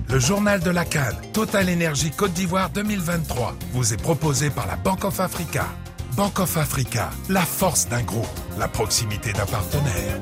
Le journal de la CAN, Total Énergie Côte d'Ivoire 2023, vous est proposé par la Bank of Africa. Bank of Africa, la force d'un groupe, la proximité d'un partenaire.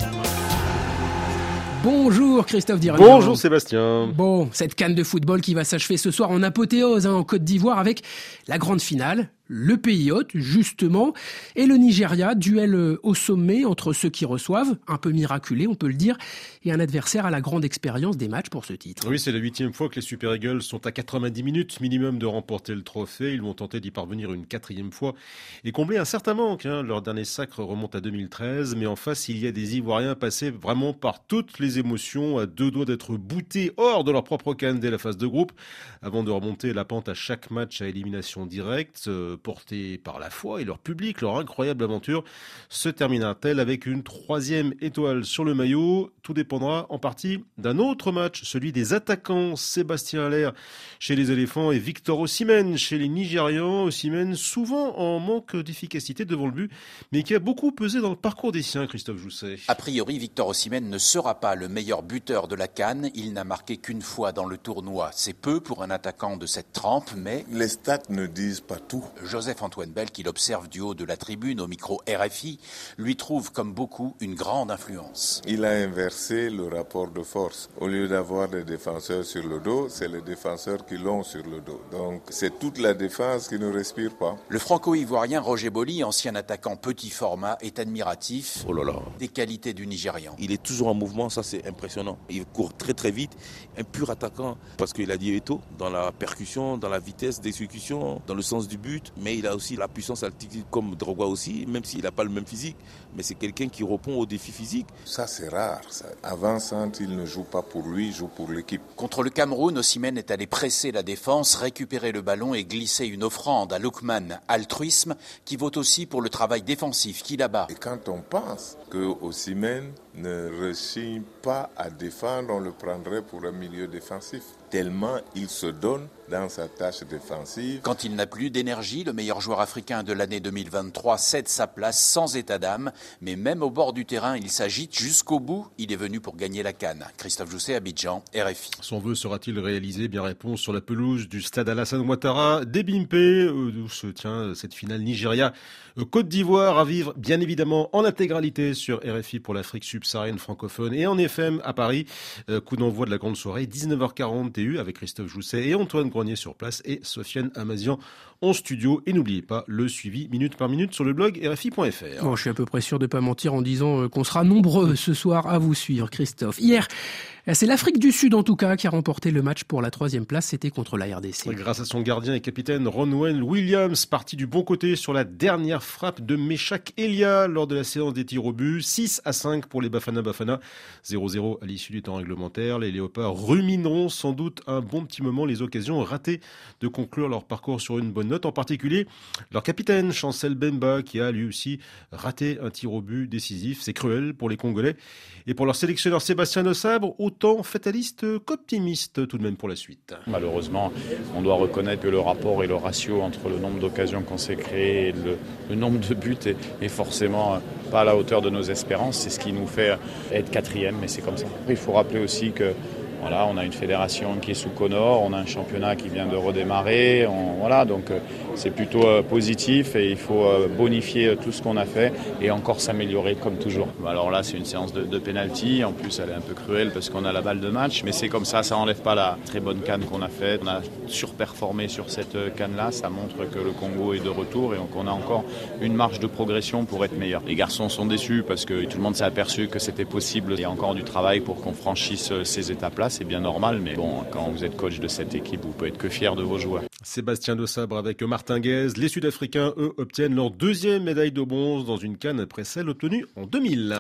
Bonjour Christophe Dirigent. Bonjour Sébastien. Bon, cette CAN de football qui va s'achever ce soir en apothéose en Côte d'Ivoire avec la grande finale, le pays hôte justement, et le Nigeria, duel au sommet entre ceux qui reçoivent, un peu miraculé on peut le dire, et un adversaire à la grande expérience des matchs pour ce titre. Oui, c'est la 8e fois que les Super Eagles sont à 90 minutes minimum de remporter le trophée. Ils vont tenter d'y parvenir une 4e fois et combler un certain manque. Leur dernier sacre remonte à 2013, mais en face, il y a des Ivoiriens passés vraiment par toutes les émotions, à deux doigts d'être boutés hors de leur propre CAN dès la phase de groupe, avant de remonter la pente à chaque match à élimination directe, portés par la foi et leur public. Leur incroyable aventure se terminera-t-elle avec une 3e étoile sur le maillot? Tout dépendra en partie d'un autre match, celui des attaquants. Sébastien Haller chez les éléphants et Victor Osimhen chez les Nigérians. Osimhen souvent en manque d'efficacité devant le but, mais qui a beaucoup pesé dans le parcours des siens, Christophe Jousset. A priori, Victor Osimhen ne sera pas le meilleur buteur de la CAN. Il n'a marqué qu'une fois dans le tournoi. C'est peu pour un attaquant de cette trempe, mais... les stats ne disent pas tout. Joseph-Antoine Bell, qui l'observe du haut de la tribune au micro RFI, lui trouve, comme beaucoup, une grande influence. Il a inversé le rapport de force. Au lieu d'avoir des défenseurs sur le dos, c'est les défenseurs qui l'ont sur le dos. Donc c'est toute la défense qui ne respire pas. Le franco-ivoirien Roger Boli, ancien attaquant petit format, est admiratif des qualités du Nigérian. Il est toujours en mouvement, ça c'est impressionnant. Il court très très vite, un pur attaquant, parce qu'il a dit Eto, dans la percussion, dans la vitesse d'exécution, dans le sens du but, mais il a aussi la puissance athlétique comme Drogba aussi, même s'il n'a pas le même physique, mais c'est quelqu'un qui répond aux défis physiques. Ça c'est rare. Avant-centre, il ne joue pas pour lui, il joue pour l'équipe. Contre le Cameroun, Osimhen est allé presser la défense, récupérer le ballon et glisser une offrande à Lookman. Altruisme qui vaut aussi pour le travail défensif qu'il abat. Et quand on pense que Osimhen ne rechigne pas à défendre, on le prendrait pour un milieu défensif. Tellement il se donne dans sa tâche défensive. Quand il n'a plus d'énergie, le meilleur joueur africain de l'année 2023 cède sa place sans état d'âme. Mais même au bord du terrain, il s'agite jusqu'au bout. Il est venu pour gagner la CAN. Christophe Jousset, Abidjan, RFI. Son vœu sera-t-il réalisé? Bien réponse sur la pelouse du stade Alassane Ouattara d'Ebimpe, où se tient cette finale Nigeria-Côte d'Ivoire, à vivre bien évidemment en intégralité sur RFI pour l'Afrique subsaharienne francophone et en FM à Paris. Coup d'envoi de la grande soirée, 19h40 TU avec Christophe Jousset et Antoine Grenier sur place et Sofiane Amazian en studio. Et n'oubliez pas le suivi minute par minute sur le blog rfi.fr. Bon, je suis à peu près sûr de ne pas mentir en disant qu'on sera nombreux ce soir à vous suivre, Christophe. Hier, c'est l'Afrique du Sud en tout cas qui a remporté le match pour la 3e place, c'était contre la RDC. Grâce à son gardien et capitaine Ronwen Williams, parti du bon côté sur la dernière frappe de Meshak Elia lors de la séance des tirs au but. 6-5 pour les Bafana Bafana, 0-0 à l'issue du temps réglementaire. Les Léopards rumineront sans doute un bon petit moment les occasions ratées de conclure leur parcours sur une bonne note, en particulier leur capitaine Chancel Bemba qui a lui aussi raté un tir au but décisif. C'est cruel pour les Congolais et pour leur sélectionneur Sébastien Desabre, autant fataliste qu'optimiste tout de même pour la suite. Malheureusement, on doit reconnaître que le rapport et le ratio entre le nombre d'occasions qu'on s'est créées et le nombre de buts est forcément pas à la hauteur de nos espérances. C'est ce qui nous fait être 4e, mais c'est comme ça. Il faut rappeler aussi que voilà, on a une fédération qui est sous Connor, on a un championnat qui vient de redémarrer, donc c'est plutôt positif et il faut bonifier tout ce qu'on a fait et encore s'améliorer comme toujours. Alors là, c'est une séance de pénalty, en plus elle est un peu cruelle parce qu'on a la balle de match, mais c'est comme ça n'enlève pas la très bonne CAN qu'on a faite. On a surperformé sur cette CAN-là, ça montre que le Congo est de retour et qu'on a encore une marge de progression pour être meilleur. Les garçons sont déçus parce que tout le monde s'est aperçu que c'était possible. Il y a encore du travail pour qu'on franchisse ces étapes-là. C'est bien normal, mais bon, quand vous êtes coach de cette équipe, vous pouvez être que fier de vos joueurs. Sébastien Desabre avec Martin Guez. Les Sud-Africains, eux, obtiennent leur 2e médaille de bronze dans une CAN après celle obtenue en 2000.